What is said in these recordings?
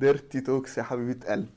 ديرتي توكس يا حبيبة قلبي.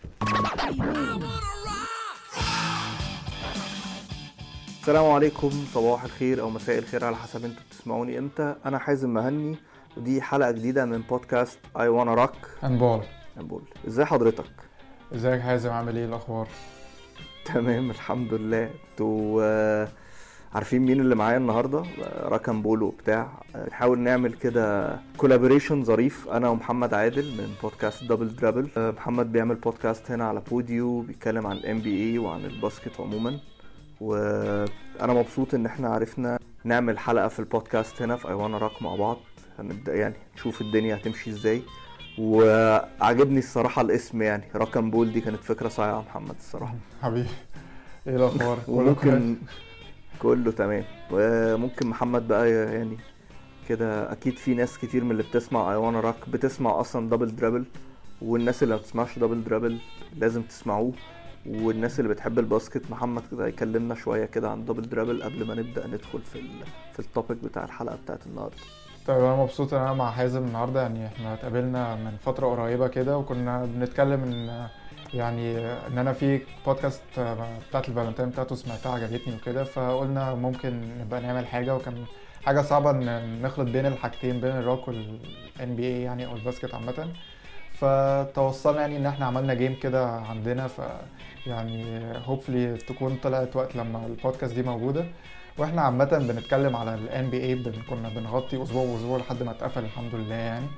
السلام عليكم، صباح الخير او مساء الخير على حسب انتوا بتسمعوني امتى. انا حازم مهني ودي حلقة جديدة من بودكاست I Wanna Rock هنبول. ازاي حضرتك؟ ازيك حازم، عامل ايه الاخبار؟ تمام الحمد لله. انتوا عارفين مين اللي معايا النهارده؟ راكن بولو بتاع. نحاول نعمل كده كولابوريشن ظريف انا ومحمد عادل من بودكاست دبل درابل. محمد بيعمل بودكاست هنا على بوديو بيتكلم عن NBA وعن الباسكت عموما، وانا مبسوط ان احنا عرفنا نعمل حلقة في البودكاست هنا في I Wanna Rock مع بعض. هنبدأ يعني نشوف الدنيا هتمشي ازاي، وعجبني الصراحة الاسم يعني راكن بول، دي كانت فكرة صايعة محمد الصراحة. حبيبي ايه الاخبار؟ وممكن كله تمام. وممكن محمد بقى يعني كده، اكيد في ناس كتير من اللي بتسمع I Wanna Rock بتسمع اصلا دبل درابل، والناس اللي ما بتسمعش دبل درابل لازم تسمعوه. والناس اللي بتحب الباسكت محمد كده يكلمنا شوية كده عن دبل درابل قبل ما نبدأ ندخل في التوبيك بتاع الحلقة بتاعت النهاردة. طيب انا مبسوط ان انا مع حازم النهارده. يعني احنا اتقابلنا من فتره قريبه كده وكنا بنتكلم ان يعني ان انا في بودكاست بتاعت الفالنتين بتاعته سمعتها عجبتني وكده، فقلنا ممكن نبقى نعمل حاجه، وكان حاجه صعبه ان نخلط بين الحاجتين، بين الروك والان بي اي يعني او الباسكت عامه. فتوصلنا يعني ان احنا عملنا جيم كده عندنا، ف يعني هوبفلي تكون طلعت وقت لما البودكاست دي موجوده. واحنا عامه بنتكلم على الان بي اي، كنا بنغطي اسبوع واسبوع لحد ما اتقفل الحمد لله يعني.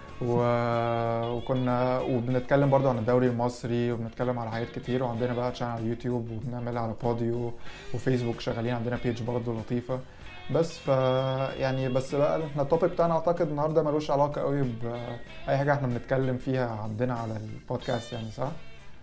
وكنا وبنتكلم برضو عن الدوري المصري، وبنتكلم على حاجات كتير، وعندنا بقى تشانل على يوتيوب وبنعملها على بوديو وفيسبوك، شغالين عندنا بيج برضو لطيفه. بس يعني بس بقى احنا التوبيك بتاعنا اعتقد النهارده ملوش علاقه قوي باي حاجه احنا بنتكلم فيها عندنا على البودكاست، يعني صح؟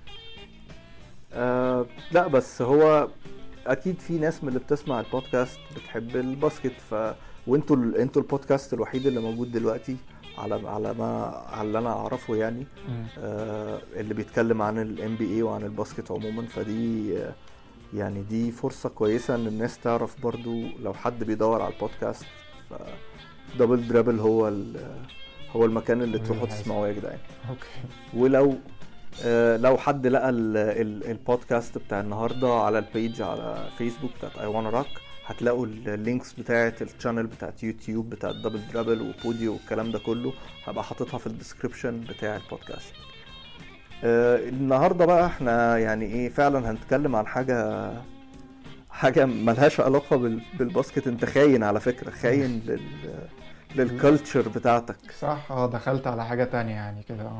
لا بس هو اكيد في ناس من اللي بتسمع البودكاست بتحب الباسكت، وانتوا البودكاست الوحيد اللي موجود دلوقتي على اللي انا اعرفه يعني. اللي بيتكلم عن الام بي اي وعن الباسكت عموما، فدي يعني دي فرصة كويسة ان الناس تعرف برضو لو حد بيدور على البودكاست. دبل درابل هو المكان اللي تروحوا تسمعوه يا جدعان. ولو لو حد لقى البودكاست بتاع النهاردة على البيج على فيسبوك بتاعت I Wanna Rock، هتلاقوا اللينكس بتاعت الشانل بتاعت يوتيوب بتاعت دبل درابل وبوديو والكلام ده كله، هبقى حاططها في الديسكريبشن بتاع البودكاست. النهاردة بقى احنا يعني ايه فعلا هنتكلم عن حاجة ملهاش علاقة بالباسكت. انت خاين على فكرة، خاين للكالتشر بتاعتك. صح. دخلت على حاجة تانية يعني كده.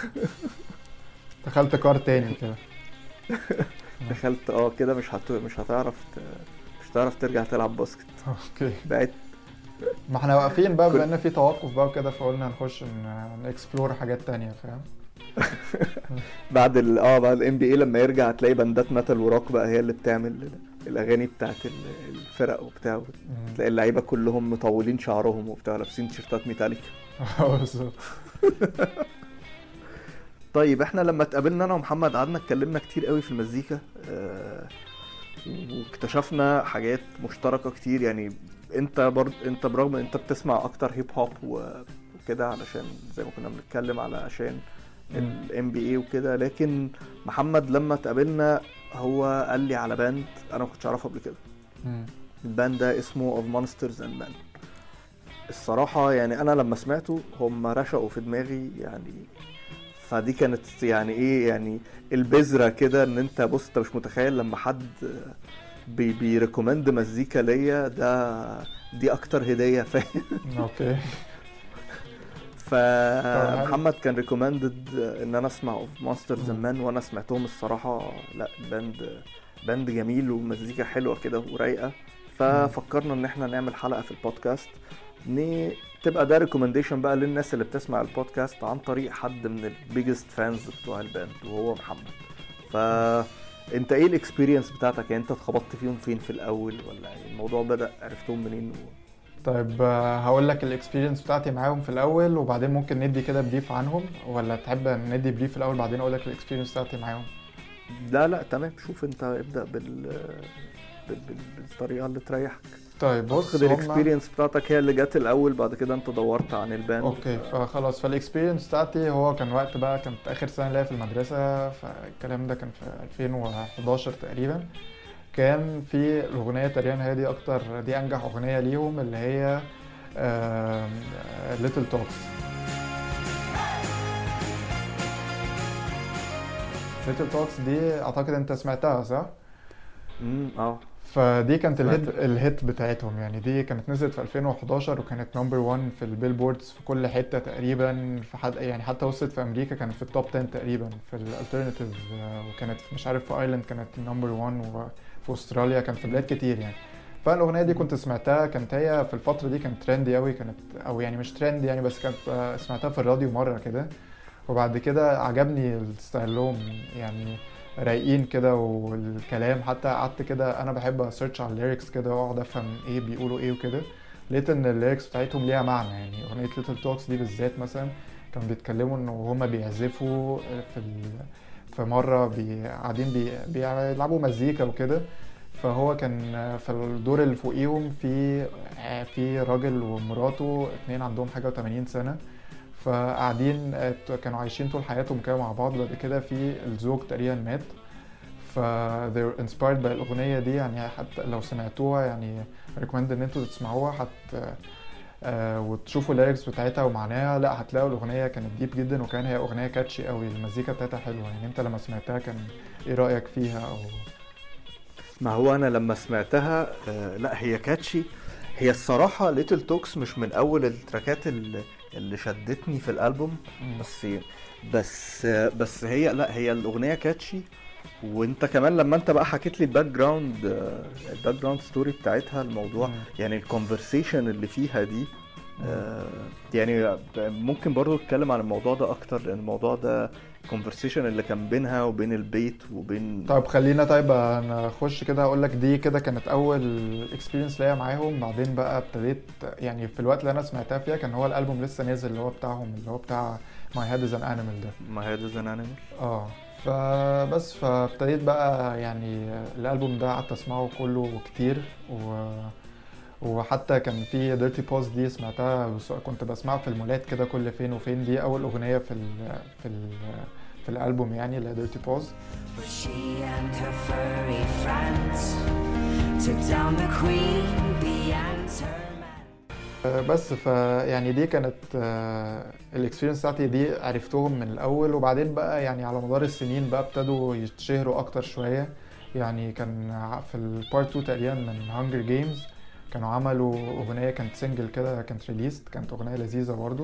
دخلت كار تاني كده. دخلت كده مش هتعرف ترجع تلعب باسكت. اوكي بقيت ما احنا واقفين بقى بما ان في توقف بقى وكده، فقلنا نخش نكسبلور حاجات تانية، فاهم؟ بعد الام بي اي لما يرجع هتلاقي باندات ميتال وروك بقى هي اللي بتعمل الاغاني بتاعت الفرق وبتاع. تلاقي اللعيبه كلهم مطولين شعرهم وبتاع، لابسين تيشيرتات ميتاليكا. طيب احنا لما اتقابلنا انا ومحمد قعدنا اتكلمنا كتير قوي في المزيكا، واكتشفنا حاجات مشتركة كتير. يعني انت برغم انت بتسمع اكتر هيب هوب وكده، علشان زي ما كنا بنتكلم عشان الام بي اي وكده، لكن محمد لما اتقابلنا هو قال لي على باند انا ما كنتش اعرفه قبل كده. الباند ده اسمه Of Monsters and Men. الصراحة يعني انا لما سمعته هم رشقوا في دماغي يعني. فدي كانت يعني ايه يعني البذرة كده، ان انت بص انت مش متخيل لما حد بيريكومند مزيكا ليا، دي اكتر هدية، فاهم؟ اوكي. فمحمد كان ريكومندد ان انا اسمع Of Monsters and Men، وانا سمعتهم الصراحة لا باند جميل ومزيكا حلوة كده ورايقة. ففكرنا ان احنا نعمل حلقة في البودكاست تبقى ده ريكومنديشن بقى للناس اللي بتسمع البودكاست عن طريق حد من البيجست فانز بتوع الباند وهو محمد. فانت ايه الاكسبيرينس بتاعتك؟ يعني انت اتخبطت فيهم فين في الاول، ولا الموضوع بدأ عرفتهم منين؟ طيب هقول لك الاكسبيرينس بتاعتي معاهم في الاول، وبعدين ممكن ندي كده بريف عنهم، ولا تحب ندي بريف الاول بعدين اقول لك الاكسبيرينس بتاعتي معاهم؟ لا تمام، شوف انت ابدأ بالطريقه اللي تريحك. طيب بص، الاكسبيرينس بتاعتك هي اللي جت الاول، بعد كده انت دورت عن الباند. اوكي فخلاص. فالاكسبيرينس بتاعتي هو كان وقت بقى كانت اخر سنه ليا في المدرسه، فالكلام ده كان في 2011 تقريبا. كان في الاغنيه تقريبا هي دي اكتر، دي انجح اغنيه ليهم، اللي هي ليتل توكس. ليتل توكس دي اعتقد انت سمعتها صح؟ فدي كانت الهيت بتاعتهم يعني. دي كانت نزلت في 2011 وكانت نمبر 1 في البيلبوردز في كل حته تقريبا، في حد يعني حتى وصلت في امريكا كانت في التوب 10 تقريبا في الالترناتيف، وكانت مش عارف في ايرلند كانت نمبر 1، وفي استراليا كانت في بلاد كتير يعني. فالاغنيه دي كنت سمعتها، كانت هي في الفتره دي كانت ترندي قوي، كانت او يعني مش ترندي يعني، بس كانت سمعتها في الراديو مره كده. وبعد كده عجبني الستايل لهم يعني، رايقين كده، والكلام حتى قعدت كده انا بحب اسيرش على الليركس كده واقعد افهم ايه بيقولوا ايه وكده. لقيت ان الليركس بتاعتهم ليها معنى يعني. اغنيه ليتل توكس دي بالذات مثلا كانوا بيتكلموا انه هما بيعزفوا في مره قاعدين بيلعبوا مزيكا وكده. فهو كان في الدور اللي فوقيهم في راجل ومراته، اتنين عندهم حاجه و80 سنه، فقاعدين كانوا عايشين طول حياتهم كده مع بعض. بعد كده في الزوج تقريبا مات، ف they're inspired by الأغنية دي يعني. حتى لو سمعتوها يعني recommend ان انتوا تسمعوها حتى وتشوفوا الليركس بتاعتها ومعناها. لا هتلاقوا الأغنية كانت ديب جدا، وكان هي أغنية كاتشي قوي، المزيكا بتاعتها حلوة يعني. انت لما سمعتها كان ايه رأيك فيها؟ او ما هو انا لما سمعتها لا هي كاتشي. هي الصراحة ليتل توكس مش من اول التراكات اللي شدتني في الالبوم، بس هي لا هي الاغنيه كاتشي. وانت كمان لما انت بقى حكيت لي الباك جراوند ستوري بتاعتها الموضوع يعني الكونفرسيشن اللي فيها دي يعني ممكن برضو اتكلم عن الموضوع ده اكتر، لان الموضوع ده الكونفرسيشن اللي كان بينها وبين البيت وبين. طيب خلينا انا اخش كده اقول لك دي كده كانت اول اكسبيرينس ليا معاهم. بعدين بقى ابتديت يعني في الوقت اللي انا سمعتها فيها كان هو الالبوم لسه نازل اللي هو بتاعهم، اللي هو بتاع My Head is an Animal ده. My Head is an Animal فبس فابتديت بقى يعني الالبوم ده قعدت اسمعه كله كتير، وحتى كان في ديرتي بوز دي سمعتها، كنت بسمعها في المولات كده كل فين وفين. دي اول اغنيه في الالبوم يعني اللي ديرتي بوز. بس يعني دي كانت الاكسبيرينس بتاعتي دي عرفتهم من الاول. وبعدين بقى يعني على مدار السنين بقى ابتدوا يتشهروا اكتر شويه يعني. كان في البارت 2 تقريبا من هانجر جيمز كانوا عملوا اغنيه كانت سنجل كده كانت ريليست، كانت اغنيه لذيذه برضو.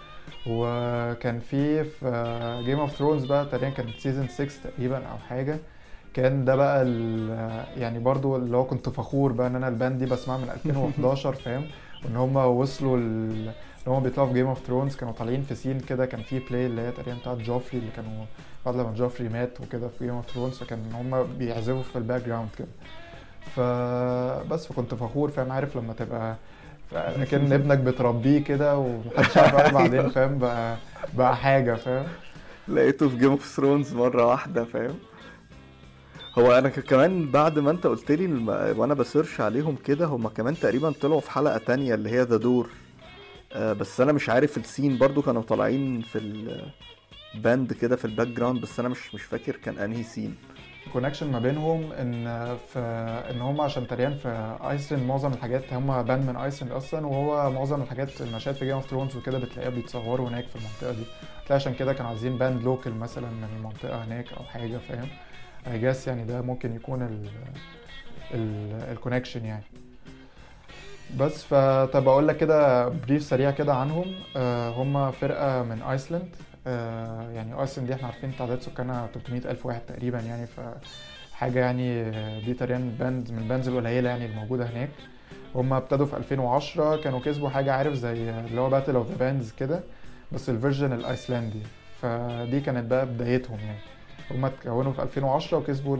وكان في جيم اوف ثرونز بقى تقريبا كانت سيزون 6 تقريبا او حاجه. كان ده بقى يعني برضو اللي هو كنت فخور بقى ان انا الباند دي بسمعها من 2011 فاهم، وان هم وصلوا ان هم بيطلعوا في جيم اوف ثرونز. كانوا طالعين في سين كده، كان في بلاي اللي هي تقريبا بتاعت جوفري اللي كانوا بعد لما جوفري مات وكده في جيم اوف ثرونز، فكان هم بيعزفوا في الباك جراوند كده. فبس فكنت فخور فاهم، عارف لما تبقى كأن ابنك بتربيه كده ومحدش عارف عنه بعدين فاهم، بقى حاجه فاهم. لقيته في جيم اوف ثرونز مره واحده فاهم. هو انا كمان بعد ما انت قلت لي وانا بسيرش عليهم كده، هم كمان تقريبا طلعوا في حلقه تانية اللي هي ذا دور، بس انا مش عارف السين برضو كانوا طالعين في الباند كده في الباك جراوند، بس انا مش فاكر كان انهي سين. الكونكشن ما بينهم ان هم عشان تقريبا في ايسلند معظم الحاجات هم باند من ايسلند اصلا، وهو معظم الحاجات المشاهد في جيم اوف ثرونز وكده بتلاقيها بيتصوروا هناك في المنطقه دي. تلاقي عشان كده كانوا عايزين باند لوكال مثلا من المنطقه هناك او حاجه فاهم. I guess يعني ده ممكن يكون الكونكشن يعني. بس فطب اقول لك كده بريف سريع كده عنهم. هم فرقه من ايسلند. يعني ايسلند دي احنا عارفين تعداد سكانها 300,000 واحد تقريبا يعني، فحاجه يعني دي تقريبا باند من الباندز القليله يعني الموجوده هناك. هم ابتدوا في 2010 كانوا كسبوا حاجه عارف زي اللي هو باتل اوف ذا باندز كده، بس الفيرجن الايسلندي. فدي كانت بقى بدايتهم يعني. هم اتكونوا في 2010 وكسبوا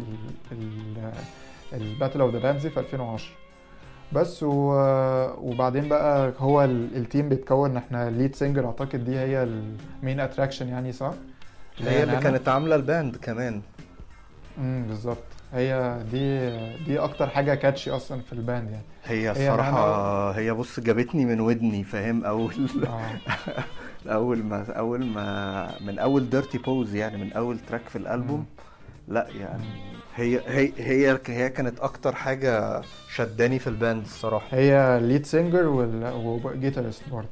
الباتل اوف ذا باندز في 2010 بس. وبعدين بقى هو التيم بيتكون، احنا الليد سينجر اعتقد دي هي المين اتراكشن يعني صح؟ هي اللي كانت عامله الباند كمان. بالظبط هي دي اكتر حاجه كاتشي اصلا في الباند يعني. هي الصراحه هي بص جابتني من ودني فاهم اول ما من اول ديرتي بوز يعني من اول تراك في الالبوم. لا يعني هي كانت اكتر حاجه شداني في الباند الصراحه. هي ليد سينجر وجيتارست برضه.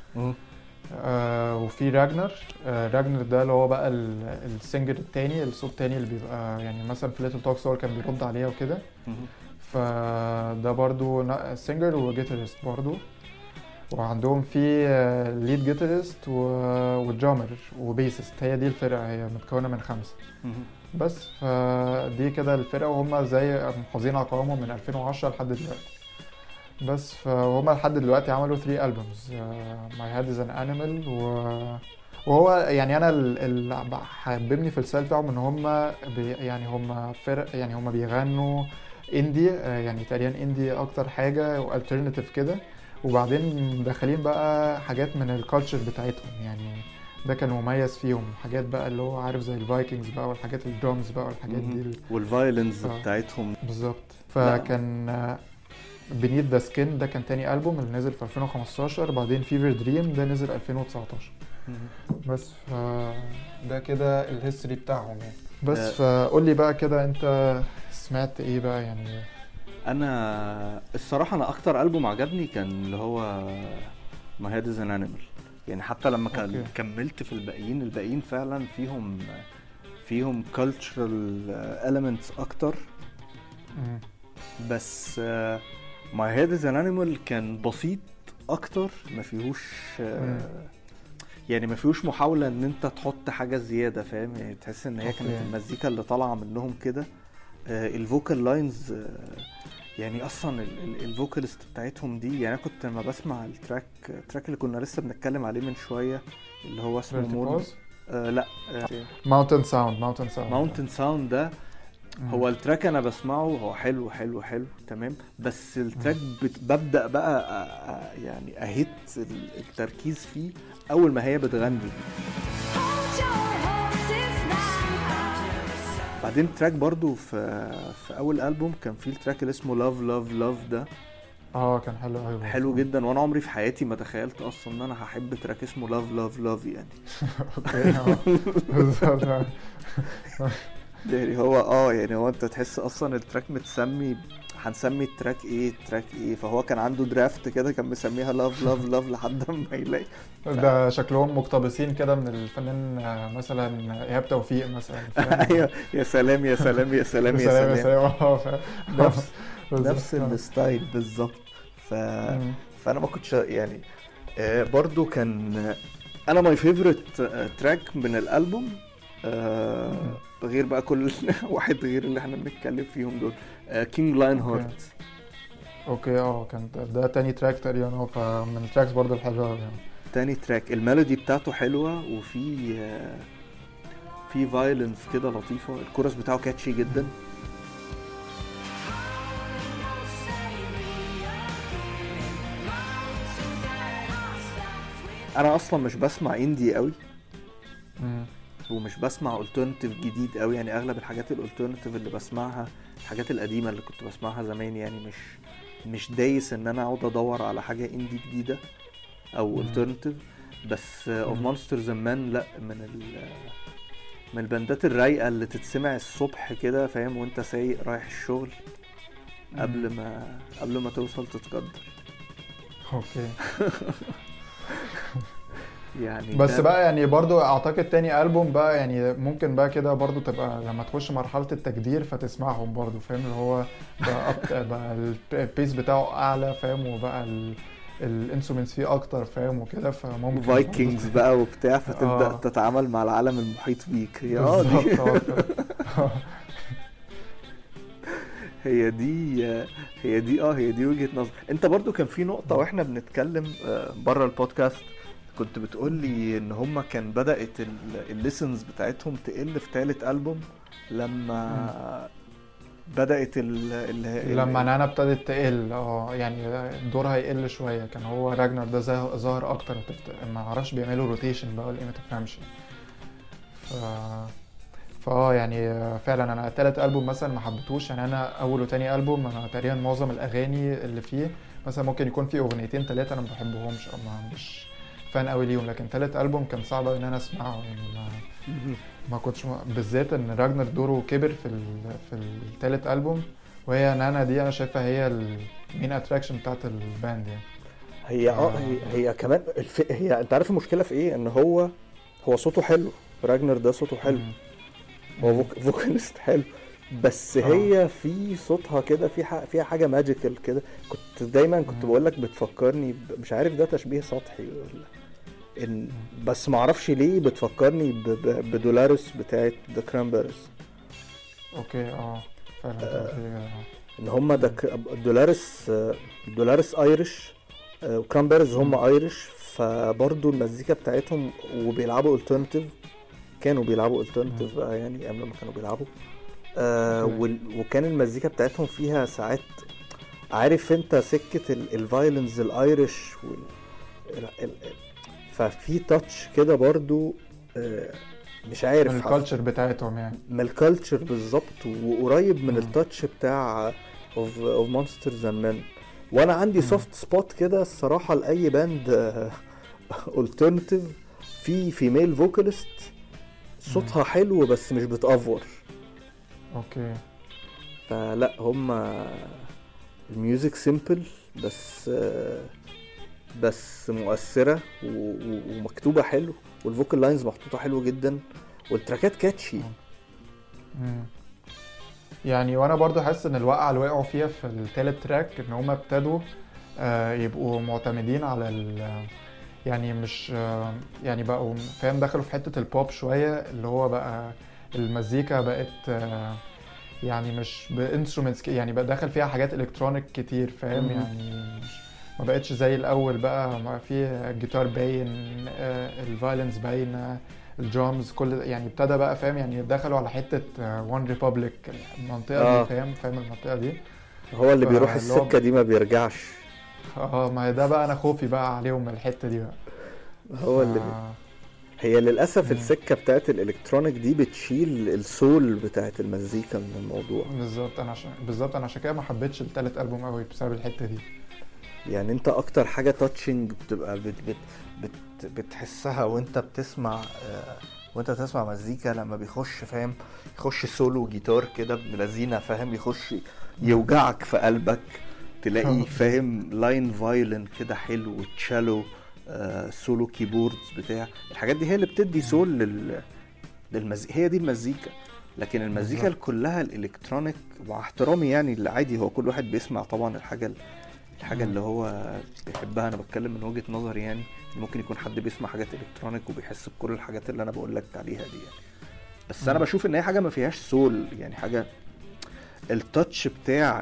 وفي راجنر ده اللي هو بقى السينجر التاني، الصوت التاني اللي بيبقى يعني مثلا في ليتل توكس هو كان بيرد عليها وكده. فده برضو سينجر وجيتارست برضو. وعندهم في ليد جيتارست ودرامر وبيسست. هي دي الفرقة، هي متكونة من 5 بس. فدي كده الفرقة، وهم زي محافظين على قوامهم من 2010 لحد دلوقتي بس. فهم لحد دلوقتي عملوا 3 ألبومز. My Head is an Animal وهو يعني انا اللي حببني في الستايل بتاعهم ان هم يعني هم فرق، يعني هم بيغنوا اندي، يعني تقريبا اندي اكتر حاجه والترناتيف كده، وبعدين مدخلين بقى حاجات من الكالتشر بتاعتهم. يعني ده كان مميز فيهم، حاجات بقى اللي هو عارف زي الفايكنجز بقى والحاجات الدرامز بقى والحاجات دي والفايلنز بتاعتهم بالظبط. فكان بنيت ذا سكين ده كان تاني ألبوم اللي نزل في 2015. بعدين فيفر دريم ده نزل 2019 بس. ده كده الهيستوري بتاعهم يعني بس. فقول لي بقى كده انت سمعت ايه بقى يعني؟ انا الصراحه انا اكتر ألبوم عجبني كان اللي هو My Head is an Animal. يعني حتى لما كملت في الباقيين فعلا فيهم cultural elements اكتر. بس My Head is an Animal كان بسيط اكتر، ما فيهوش يعني ما فيهوش محاولة ان انت تحط حاجة زيادة فاهم. يعني تحس ان هي كانت المزيكا اللي طالعة منهم كده. الفوكال لاينز يعني اصلا الفوكالست بتاعتهم دي، يعني انا كنت لما بسمع التراك اللي كنا لسه بنتكلم عليه من شوية اللي هو اسمه لا Mountain Sound ده هو التراك انا بسمعه هو حلو تمام. بس التراك ببدأ بقى يعني اهيت التركيز فيه اول ما هي بتغني. بعدين تراك برضو في اول ألبوم كان فيه التراك اللي اسمه Love ده. كان حلو حلو جدا، وانا عمري في حياتي ما تخيلت اصلا ان انا هحب تراك اسمه Love يعني. اوكي يعني هو يعني هو انت تحس اصلا التراك متسمي، هنسمي التراك ايه. فهو كان عنده درافت كده كان مسميها لاف لحد ما يلاقي. ده شكلهم مقتبسين كده من الفنان مثلا ايهاب توفيق مثلا. ايوه يا سلام نفس الستايل بالظبط. فانا ما كنتش يعني برضو كان انا ماي فيفورت تراك من الالبوم غير بقى كل واحد غير اللي احنا بنتكلم فيهم دول. كينج لاين هارت. اوكي كان ده تاني تراك تقريبا. فمن التراكس برضو الحلوه يعني. تاني تراك الميلودي بتاعته حلوه، وفي فايلنس كده لطيفه. الكورس بتاعه كاتشي جدا. انا اصلا مش بسمع اندي قوي ومش بسمع الترناتيف جديد قوي. يعني اغلب الحاجات الالترناتيف اللي بسمعها الحاجات القديمه اللي كنت بسمعها زمان. يعني مش دايس ان انا اقعد ادور على حاجه اندي جديده او الترناتيف. بس اوف مونسترز مان لا، من البندات الرايقه اللي تتسمع الصبح كده فاهم، وانت سايق رايح الشغل قبل ما توصل تتقدر. اوكي يعني بس بقى يعني برضو اعتقد تاني ألبوم بقى يعني ممكن بقى كده برضو تبقى لما تخش مرحلة التجدير فتسمعهم برضو فاهم، اللي هو بقى البيس بتاعه اعلى فاهم، وبقى الانسومنتس فيه اكتر فاهم وكده. فممكن فايكنجز بقى وبتاع فتبدأ تتعامل مع العالم المحيط بيك. هي دي وجهة نظر. انت برضو كان في نقطة واحنا بنتكلم بره البودكاست كنت بتقول لي ان هما كان بدأت الليسنز بتاعتهم تقل في ثالث ألبوم لما بدأت لما نانا ابتدت تقل. يعني دورها يقل شوية. كان هو راجنر ده ظاهر اكتر. ما عرفش بيعملوا روتيشن بقى ولا ما تفهمش. يعني فعلا انا تالت ألبوم مثلا ما حبيتهوش. يعني انا اول وتاني ألبوم انا تقريبا معظم الاغاني اللي فيه مثلا ممكن يكون فيه اغنيتين ثلاثه انا ما بحبهمش او مش فان قوي ليهم، لكن تالت ألبوم كان صعب ان انا اسمعه. يعني ما كنتش بالذات ان راجنر دوره كبر في التالت ألبوم، وهي نانا دي انا شايفها هي المين اتراكشن بتاعت الباند يعني. هي كمان هي انت عارف المشكله في ايه؟ ان هو صوته حلو، راجنر ده صوته حلو، هو فوكاليست حلو، بس هي في صوتها كده فيها حاجه ماجيكال كده. دايما كنت بقول لك بتفكرني مش عارف ده تشبيه سطحي ولا بس ما اعرفش ليه بتفكرني بدولارس بتاعت ذا كرانبيرز. اوكي فعلا ان هم دولارس ايرش وكرانبيرز هم ايرش، فبرضو المزيكا بتاعتهم وبيلعبوا كانوا بيلعبوا الترنتيف بقى يعني قبل ما كانوا بيلعبوا وكان المزيكا بتاعتهم فيها ساعات عارف انت سكة الفايلنز الايرش ففي تاتش كده برضو مش عارف من الكالتشر بتاعتهم يعني من الكالتشر بالظبط، وقريب من التاتش بتاع of monsters and men. وانا عندي سوفت سبوت كده الصراحة لأي باند alternative في فيميل فوكاليست صوتها حلو بس مش بتأفور. اوكي فلا هما الميوزك سيمبل بس مؤثرة ومكتوبة حلو، والفوكال لاينز محطوطة حلو جدا، والتراكات كاتشي. يعني وانا برضو حاسس ان الوقعة اللي وقعوا فيها في الثالث تراك ان هما ابتدوا يبقوا معتمدين على يعني مش يعني بقوا فاهم دخلوا في حتة البوب شوية، اللي هو بقى المزيكا بقت يعني مش بانسترومنتس يعني بقى دخل فيها حاجات الكترونيك كتير فاهم. يعني ما بقتش زي الاول بقى ما في الجيتار باين، الفايلنس باين، الدرامز كل يعني ابتدى بقى فاهم. يعني دخلوا على حتة وان ريبابليك المنطقة دي فاهم المنطقة دي هو اللي بيروح السكة دي ما بيرجعش. ما ده بقى انا خوفي بقى عليهم من الحتة دي بقى. هو اللي هي للأسف السكة بتاعت الالكترونيك دي بتشيل السول بتاعت المزيكا من الموضوع. بالظبط انا عشان كده ما حبيتش الثالث ألبوم قوي بسبب الحتة دي. يعني انت اكتر حاجة تاتشنج بتبقى بتحسها وانت بتسمع مزيكا لما يخش سولو جيتار كده بلذينة فاهم، يخش يوجعك في قلبك، تلاقي فاهم لاين فايلن كده حلو وتشالو سولو كيبوردز بتاع الحاجات دي هي اللي بتدي سول للمزيكا، هي دي المزيكا. لكن المزيكا كلها الالكترونيك مع احترامي يعني اللي عادي هو كل واحد بيسمع طبعا الحاجة اللي هو بيحبها. انا بتكلم من وجهة نظري يعني ممكن يكون حد بيسمع حاجات الكترونيك وبيحس بكل الحاجات اللي انا بقول لك عليها دي يعني. بس انا بشوف ان هي حاجة ما فيهاش سول، يعني حاجة التاتش بتاع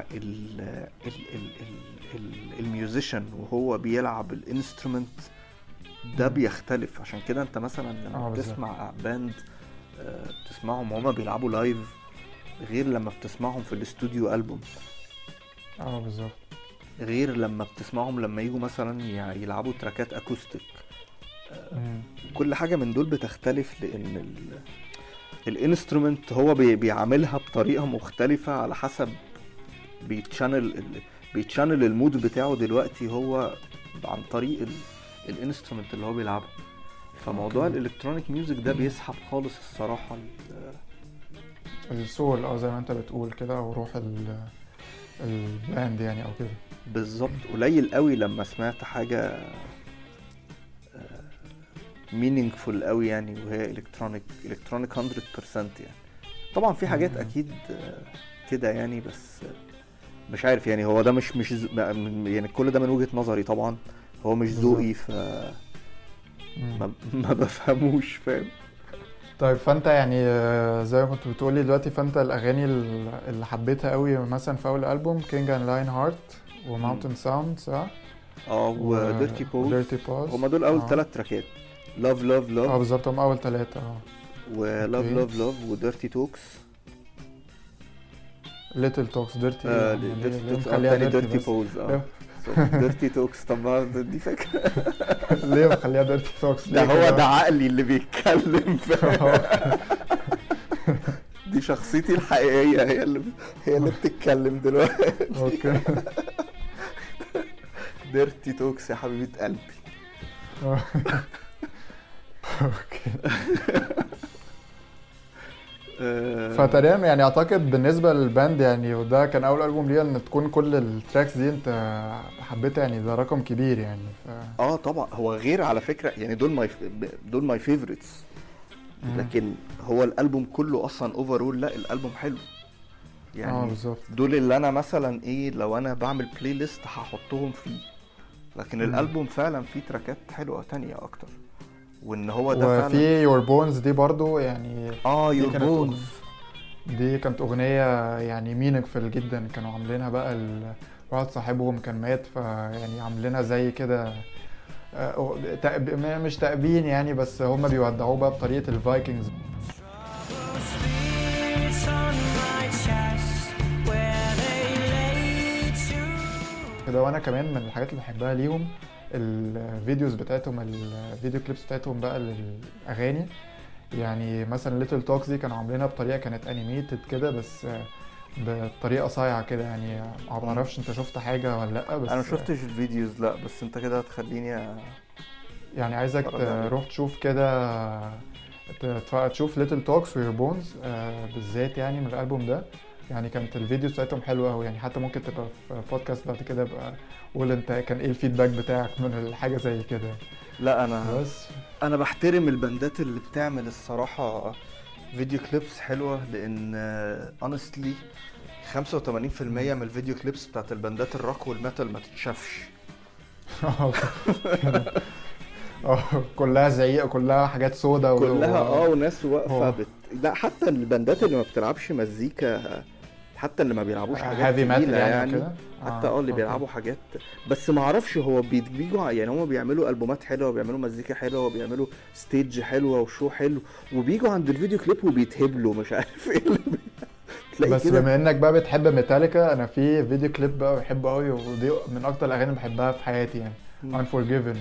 الميوزيشن وهو بيلعب الانسترومنت ده بيختلف. عشان كده انت مثلا لما بتسمع باند بتسمعهم وهما بيلعبوا لايف غير لما بتسمعهم في الاستوديو ألبوم. بالظبط. غير لما بتسمعهم لما يجوا مثلا يلعبوا تراكات اكوستيك. كل حاجة من دول بتختلف لان الانسترومنت هو بيعملها بطريقة مختلفة على حسب بيتشانل المود بتاعه دلوقتي هو عن طريق الانسترومنت اللي هو بيلعبه. فموضوع الالكترونيك ميوزك ده بيسحب خالص الصراحة السول زي ما انت بتقول كده، او روح الباند يعني او كده. بالظبط. قليل قوي لما سمعت حاجة meaningful قوي يعني وهي الكترونيك 100% يعني. طبعا في حاجات اكيد كده يعني، بس مش عارف يعني هو ده مش يعني كل ده من وجهة نظري طبعا، هو مش ذوقي ما بفهموش فاهم. طيب فانت يعني زي ما كنت بتقولي دلوقتي، فانت الاغاني اللي حبيتها قوي مثلا في اول ألبوم كينج اند لاين هارت وماونتن ساوند صح؟ وديرتي بوز هما دول اول 3 تراكات. لاف بالظبط هم اول 3 ولاف وديرتي توكس ليتل توكس ديرتي ديرتي بوز ديرتي توكس. طب دي فكرة ليه مخليها ديرتي توكس؟ ده هو ده عقلي اللي بيتكلم دي شخصيتي الحقيقيه، هي اللي بتتكلم دلوقتي. اوكي. ديرتي توكس يا حبيبه قلبي. اوكي. فتقريبا يعني اعتقد بالنسبه للباند يعني، وده كان اول البوم ليها، ان تكون كل التراكس دي انت حبيتها يعني، ده رقم كبير يعني. طبعا هو غير على فكره يعني، دول ماي فيفوريتس، لكن هو الالبوم كله اصلا اوفرول، لا الالبوم حلو يعني. بالظبط. دول اللي انا مثلا ايه، لو انا بعمل بلاي ليست هحطهم فيه، لكن الالبوم فعلا فيه تراكات حلوه تانية اكتر، وان هو ده فعلا. وفي يور بونز دي برضو يعني، يور بونز دي كانت اغنيه يعني مينينجفل جدا، كانوا عاملينها بقى واحد صاحبهم كان مات، فيعني عاملينها زي كده مش تأبين يعني، بس هم بيودعوه بقى بطريقه الفايكنجز كده. وانا كمان من الحاجات اللي بحبها ليهم الفيديوز بتاعتهم، الفيديو كليبس بتاعتهم بقى للاغاني. يعني مثلا ليتل توكس دي كانوا عاملينها بطريقه كانت انيميتد كده، بس بطريقه صايعه كده يعني. ما بعرفش انت شفت حاجه ولا لا؟ بس انا ما شفتش الفيديوز، لا بس انت كده هتخليني يعني عايزك تروح تشوف كده، تشوف ليتل توكس ويور بونز بالذات يعني من الالبوم ده. يعني كانت الفيديوز بتاعتهم حلوه قوي يعني، حتى ممكن تبقى في بودكاست بعد كده بقى قول انت كان ايه الفيدباك بتاعك من الحاجه زي كده. لا بس انا بحترم البندات اللي بتعمل الصراحه فيديو كليبس حلوه، لان honestly 85% من الفيديو كليبس بتاعت البندات الروك والميتال ما تتشافش. كلها زعيق، كلها حاجات سودا كلها وناس واقفه لا حتى البندات اللي ما بتلعبش مزيكا، حتى اللي ما بيلعبوش حاجات هيفي ميتال يعني كده، حتى اللي بيلعبوا حاجات، بس ما اعرفش هو بيجوا يعني، هم بيعملوا البومات حلوه وبيعملوا مزيكا حلوه وبيعملوا ستيج حلوه وشو حلو، وبيجوا عند الفيديو كليب وبيتهبلوا مش عارف ايه اللي بس كده. بما انك بقى بتحب ميتاليكا، انا في فيديو كليب بقى بحبه قوي، ودي من اكتر الاغاني اللي بحبها في حياتي يعني. Unforgiven.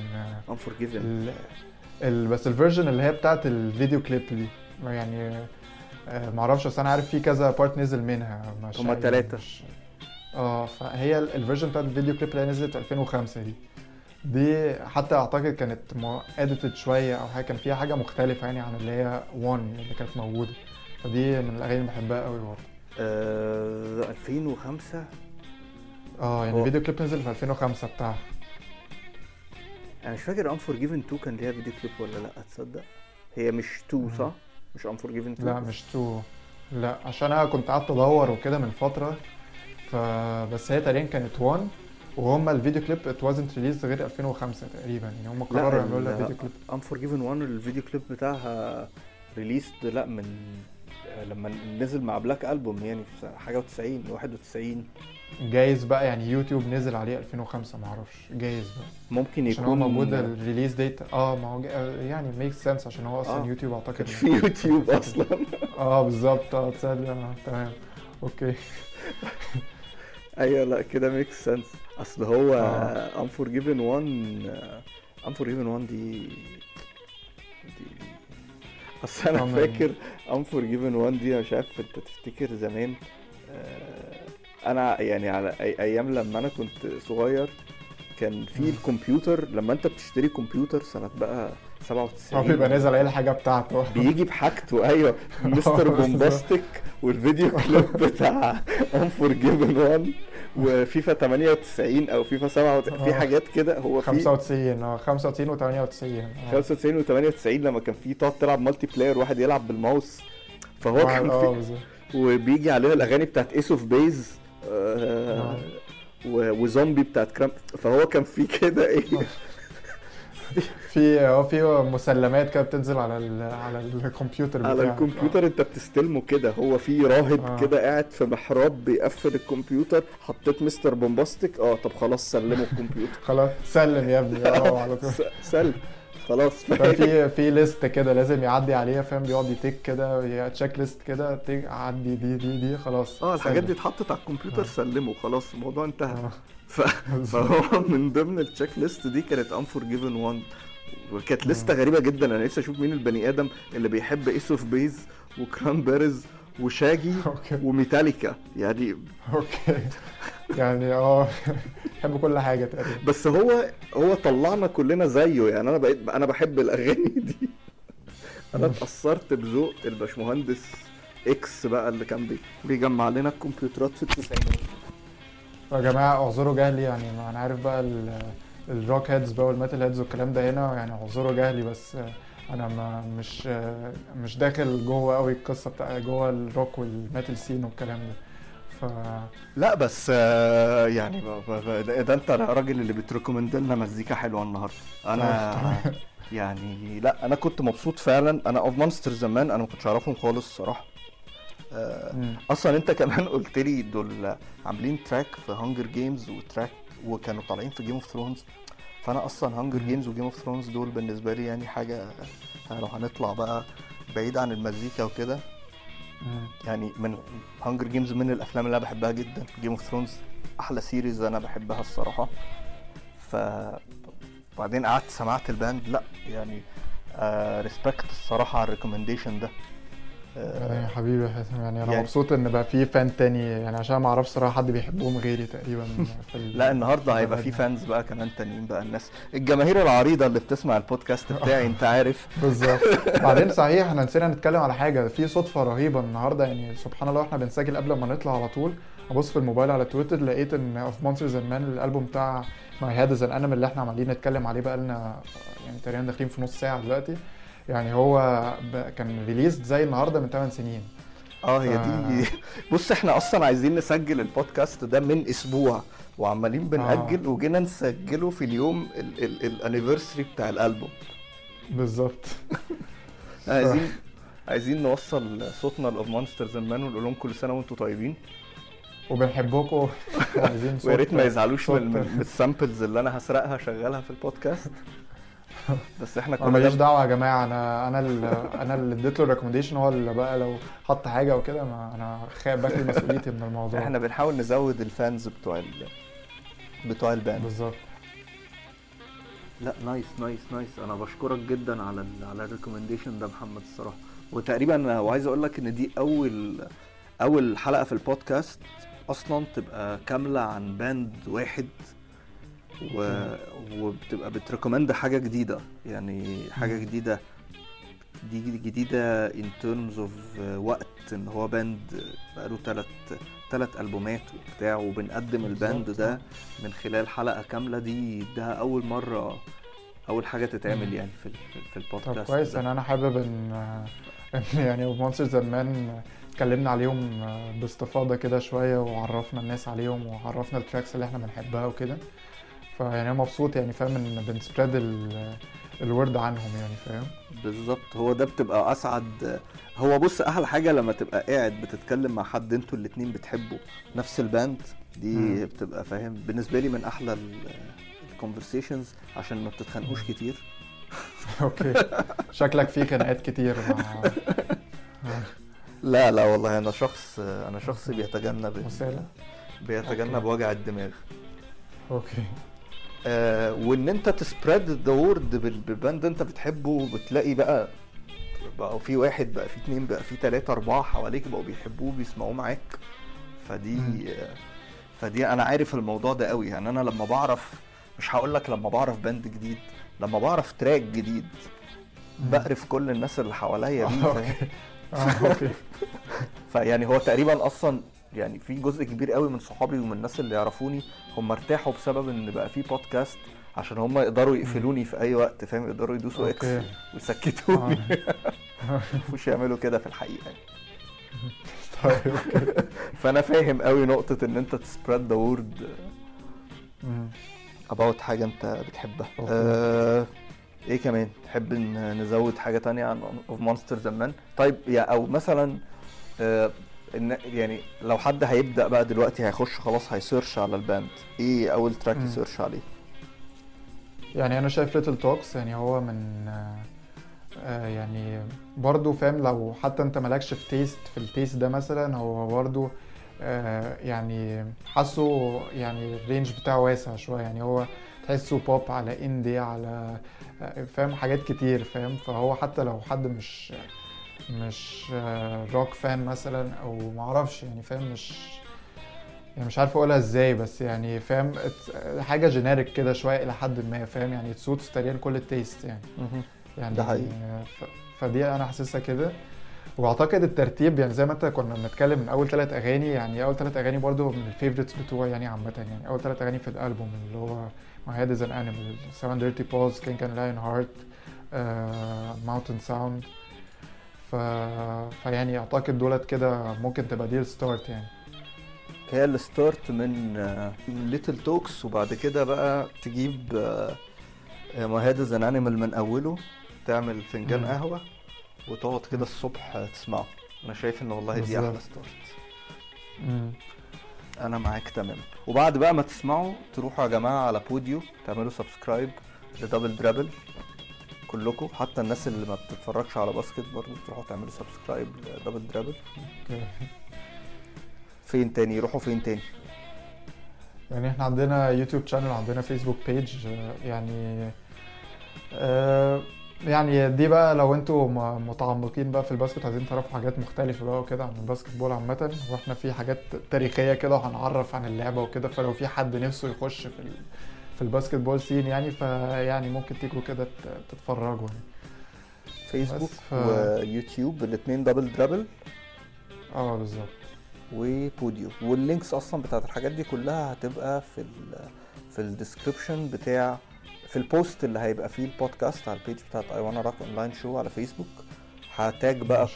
بس الفيرجن اللي هي بتاعت الفيديو كليب دي يعني معرفش، بس انا عارف في كذا بارت نزل منها، هما 3. فهي الفيرجن بتاعت الفيديو كليب اللي نزلت 2005 دي حتى اعتقد كانت اديتد شويه او حاجه، كان فيها حاجه مختلفه يعني عن اللي هي 1 اللي كانت موجوده. فدي من الاغاني اللي بحبها قوي برضه. 2005 يعني الفيديو كليب نزل في 2005 بتاعها. انا مش فاكر Unforgiven 2 كان ليها فيديو كليب ولا لا، تصدق هي مش 2 صح؟ مش Unforgiven 2. لا مش 2، لا عشان انا كنت قعدت ادور وكده من فتره، فبس هي تقريبا كانت 1، وهم الفيديو كليب it wasn't released غير 2005 تقريبا يعني، هم قرروا يعملوا لها فيديو كليب. Unforgiven 1 الفيديو كليب بتاعها ريليست لا من لما نزل مع بلاك ألبوم يعني في حاجه 91 جايز بقى يعني يوتيوب نزل عليه 2005 معرفش، جايز بقى ممكن يكون عشان هو موجود الريليز ديت. ما هو يعني ميك سنس عشان هو اصلا يوتيوب اعتقد في يوتيوب اصلا. بالظبط. تمام اوكي. ايوه لا كده ميك سنس. اصل هو Unforgiven 1 دي اصل انا فاكر Unforgiven 1 دي، مش عارف انت تفتكر زمان انا يعني على ايام لما انا كنت صغير كان في الكمبيوتر، لما انت بتشتري كمبيوتر سنه بقى 97 بيبقى نازل عليه الحاجه بتاعته، بيجي بحاجته. ايوه مستر بومباستيك والفيديو كليب بتاع Unforgiven 1 وفيفا 98 او فيفا 97 في حاجات كده. هو في 95 و98 و98 لما كان في تقعد تلعب مالتي بلاير، واحد يلعب بالماوس، فهو كان في وبيجي عليها الاغاني بتاعت ايس اوف بيز وزومبي بتاعت كرامب، فهو كان في كده ايه في مسلمات كده بتنزل على الكمبيوتر بتاعك، على الكمبيوتر انت بتستلمه كده. هو في راهب كده قاعد في محراب بيقفل الكمبيوتر، حطيت مستر بومباستيك طب خلاص سلمه الكمبيوتر. خلاص سلم يا ابني على طول سلم خلاص. في ليست كده لازم يعدي عليها، فاهم، بيقعد يتك كده تشيك ليست كده عدي دي خلاص. الحاجات دي اتحطت على الكمبيوتر سلمه خلاص الموضوع انتهى. فهو من ضمن التشيك ليست دي كانت Unforgiven 1، وكانت لسته غريبه جدا. انا نفسي اشوف مين البني ادم اللي بيحب ايس اوف بيز وكرانبيرز وشاجي اوكي وميتاليكا يعني. اوكي يعني بحب كل حاجه تقريبا. بس هو طلعنا كلنا زيه يعني. انا بحب الاغاني دي. انا اتأثرت بذوق الباشمهندس اكس بقى اللي كان بيجمع لنا الكمبيوترات في التسعينات. يا جماعه اعذروا جهلي يعني، ما انا عارف بقى الروك هيدز بقى والميتال هيدز والكلام ده هنا يعني، اعذروا جهلي، بس انا ما مش داخل جوه قوي القصه بتاع جوه الروك والميتال سين والكلام ده. لا بس يعني ده انت راجل اللي بتريكومند لنا مزيكا حلوه النهارده. انا يعني لا انا كنت مبسوط فعلا. انا اوف مونستر زمان انا ما كنتش اعرفهم خالص صراحه. اصلا انت كمان قلت لي دول عاملين تراك في هانجر جيمز وتراك وكانوا طالعين في جيم اوف ثرونز. فانا اصلا هانجر جيمز وجيم اوف ثرونز دول بالنسبه لي يعني حاجه. لو هنطلع بقى بعيد عن المزيكا وكده يعني، من هانجر جيمز من الافلام اللي انا بحبها جدا. جيم اوف ثرونز احلى سيريز انا بحبها الصراحه. بعدين قعدت سمعت الباند، لا يعني ريسبكت الصراحه على الريكومنديشن ده. يا حبيبي حسام يعني انا مبسوط ان بقى في فان تاني يعني، عشان ما اعرفش صراحه حد بيحبهم غيري تقريبا لا النهارده هيبقى في فانز بقى كمان تانيين بقى، الناس الجماهير العريضه اللي بتسمع البودكاست بتاعي انت عارف. بالظبط. بعدين صحيح احنا نسينا نتكلم على حاجه، في صدفه رهيبه النهارده يعني سبحان الله، احنا بنسجل قبل ما نطلع على طول ابص في الموبايل على تويتر لقيت ان اوف مونسترز اند مان الالبوم بتاع ماي هيد از ان انيمال اللي احنا عمالين نتكلم عليه بقى لنا يعني تقريبا داخلين في نص ساعه دلوقتي يعني، هو كان ريليز زي النهارده من 8 سنين. هي دي. بص احنا اصلا عايزين نسجل البودكاست ده من اسبوع وعمالين بنأجل وجينا نسجله في اليوم الانيفرسري بتاع الالبوم بالظبط. عايزين نوصل صوتنا لأوف مونسترز اند مان ونقول لهم كل سنه وانتم طيبين وبنحبكم وعايزين صوت. ويا ريت ما يزعلوش من السامبلز اللي انا هسرقها شغالها في البودكاست. بس احنا كنا ماليش دعوه يا جماعه، انا اللي اديت له الريكومنديشن، هو اللي بقى لو حط حاجه او كده انا خايف باخد مسؤوليتي من الموضوع. احنا بنحاول نزود الفانز بتوع الباند بالظبط. لا نايس. انا بشكرك جدا على الريكومنديشن ده محمد الصراحه. وتقريبا وعايز اقول لك ان دي اول حلقه في البودكاست اصلا تبقى كامله عن باند واحد وبتبقى بتريكومند حاجه جديده يعني، حاجه جديده جديده in terms of وقت ان هو باند بقاله 3 ألبومات وبتاع وبنقدم الباند ده من خلال حلقه كامله. ده اول حاجه تتعمل يعني في البودكاست. طب كويس. انا حابب ان يعني اوف مونسترز اند مان اتكلمنا عليهم باستفاضه كده شويه وعرفنا الناس عليهم وعرفنا التراكس اللي احنا بنحبها وكده، فيعني انا مبسوط يعني فاهم ان بنسبريد الورد عنهم يعني فاهم. بالظبط، هو ده بتبقى اسعد. هو بص احلى حاجه لما تبقى قاعد بتتكلم مع حد انتوا الاتنين بتحبوا نفس الباند دي بتبقى فاهم. بالنسبه لي من احلى الكونفرسيشنز عشان ما بتتخانقوش كتير. اوكي شكلك فيه خناقات كتير لا والله انا شخص بيتجنب وجع الدماغ. اوكي. وان انت تسبريد ذا وورد بالباند انت بتحبه، بتلاقي بقى في واحد بقى في 2 بقى في 3 4 حواليك بقوا بيحبوه بيسمعوه معاك. فدي انا عارف الموضوع ده قوي يعني. انا لما بعرف، مش هقولك لما بعرف باند جديد، لما بعرف تراك جديد بقرف كل الناس اللي حواليا بيه فاهم. اوكي. فيعني هو تقريبا اصلا يعني في جزء كبير قوي من صحابي ومن الناس اللي يعرفوني هم ارتاحوا بسبب ان بقى في بودكاست عشان هم يقدروا يقفلوني في اي وقت فاهم، يقدروا يدوسوا اكس ويسكتوني. مش يعملوا كده في الحقيقه يعني. طيب اوكي. فانا فاهم قوي نقطه ان انت تسبريد ذا وورد about حاجه انت بتحبها. ايه كمان تحب ان نزود حاجه تانية عن اوف مونسترز اند مان؟ طيب او مثلا ان يعني لو حد هيبدا بقى دلوقتي هيخش خلاص هيسيرش على الباند، ايه اول تراك يسيرش عليه؟ يعني انا شايف ليتل توكس يعني هو من يعني برضو فاهم لو حتى انت مالكش في التيست ده مثلا، هو برضو يعني حاسه يعني الرينج بتاعه واسع شويه يعني، هو تحسه بوب على اندي على فاهم حاجات كتير فاهم. فهو حتى لو حد مش روك فان مثلا او معرفش يعني فاهم، مش عارف اقولها ازاي، بس يعني فاهم حاجه جينيريك كده شويه الى حد ما فاهم، يعني تسوتس تقريبا كل التيست يعني. يعني ده حقيقي. فدي انا حاسسها كده. واعتقد الترتيب يعني زي ما انت كنا بنتكلم من اول 3 اغاني، يعني اول 3 اغاني برضو من الفيفوريتس بتوعي يعني عامه. يعني اول 3 اغاني في الالبوم اللي هو My Head is an Animal, 7 Dirty Paws, King and Lion Heart, Mountain Sound. فيعني اعتقد دولت كده ممكن تبقى دي الستارت يعني. هي الستارت من ليتل توكس، وبعد كده بقى تجيب ما هذا زن انيمال من اوله، تعمل فنجان قهوه وتقعد كده الصبح تسمعه. انا شايف ان والله دي احلى ستارت. انا معاك تمام. وبعد بقى ما تسمعوا تروحوا يا جماعه على بوديو تعملوا سبسكرايب لدبل درابل كلكم، حتى الناس اللي ما بتتفرجش على باسكت برضه تروحوا تعملوا سبسكرايب لدبل درابل. فين تاني يروحوا فين تاني؟ يعني احنا عندنا يوتيوب شانل، عندنا فيسبوك بيج. يعني يعني دي بقى لو انتوا متعمقين بقى في الباسكت عايزين تعرفوا حاجات مختلفة بقى وكده عن الباسكت بول عامة، واحنا في حاجات تاريخية كده وهنعرف عن اللعبة وكده. فلو في حد نفسه يخش في الباسكت بول سين يعني فيعني ممكن تيجوا كده تتفرجوا يعني. فيسبوك ويوتيوب الاثنين دبل درابل. بالظبط. وبوديو، واللينكس اصلا بتاعت الحاجات دي كلها هتبقى في الديسكريبشن بتاع في البوست اللي هيبقى فيه البودكاست على البيج بتاعت I Wanna Rock Online Show على فيسبوك. هتاج بقى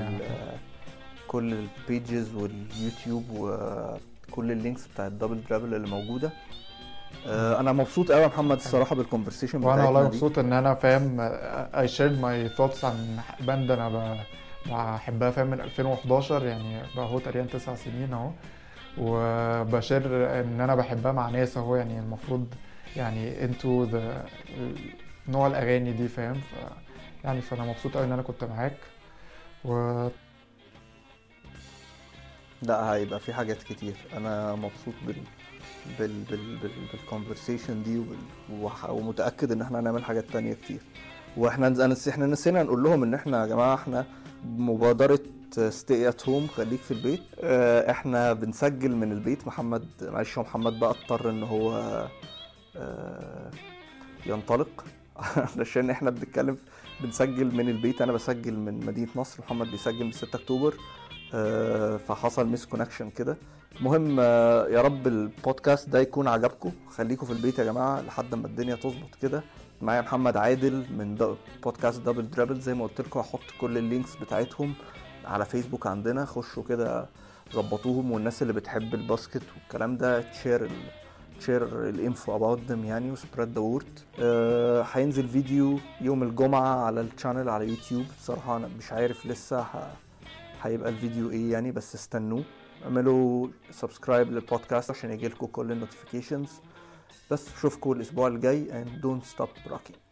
كل البيجز واليوتيوب وكل اللينكس بتاعت دبل درابل اللي موجوده. انا مبسوط قوي يا محمد الصراحه بالكونفرسيشن بتاعتنا دي. وانا والله مبسوط ان انا فاهم I shared my thoughts عن باند انا بحبها فاهم من 2011 يعني بقى هو تقريبا 9 سنين اهو، وبشير ان انا بحبها مع ناس اهو يعني المفروض يعني انتو نوع الاغاني دي فاهم. يعني فانا مبسوط قوي ان انا كنت معاك لا هيبقى في حاجات كتير. انا مبسوط بالكونفرسيشن دي ومتاكد ان احنا هنعمل حاجات تانية كتير. واحنا نسينا نقول لهم ان احنا يا جماعه احنا مبادره ستي ات هوم، خليك في البيت. احنا بنسجل من البيت. محمد معلش هو محمد بقى اضطر ان هو ينطلق علشان احنا بنسجل من البيت. انا بسجل من مدينه نصر، محمد بيسجل من 6 اكتوبر. فحصل ميس كونكشن كده. المهم يا رب البودكاست ده يكون عجبكم. خليكم في البيت يا جماعه لحد ما الدنيا تظبط كده. معايا محمد عادل من بودكاست دبل درابل. زي ما قلت لكم هحط كل اللينكس بتاعتهم على فيسبوك عندنا، خشوا كده ظبطوهم. والناس اللي بتحب الباسكت والكلام ده تشير الانفو اباوت ذم يعني وسبريد ذا وورد. هينزل فيديو يوم الجمعه على الشانل على يوتيوب. الصراحه انا مش عارف لسه هيبقى الفيديو ايه يعني، بس استنوه. اعملوا سبسكرايب للبودكاست عشان يجيلكم كل النوتيفيكيشنز. بس اشوفكم الاسبوع الجاي and don't stop rocking.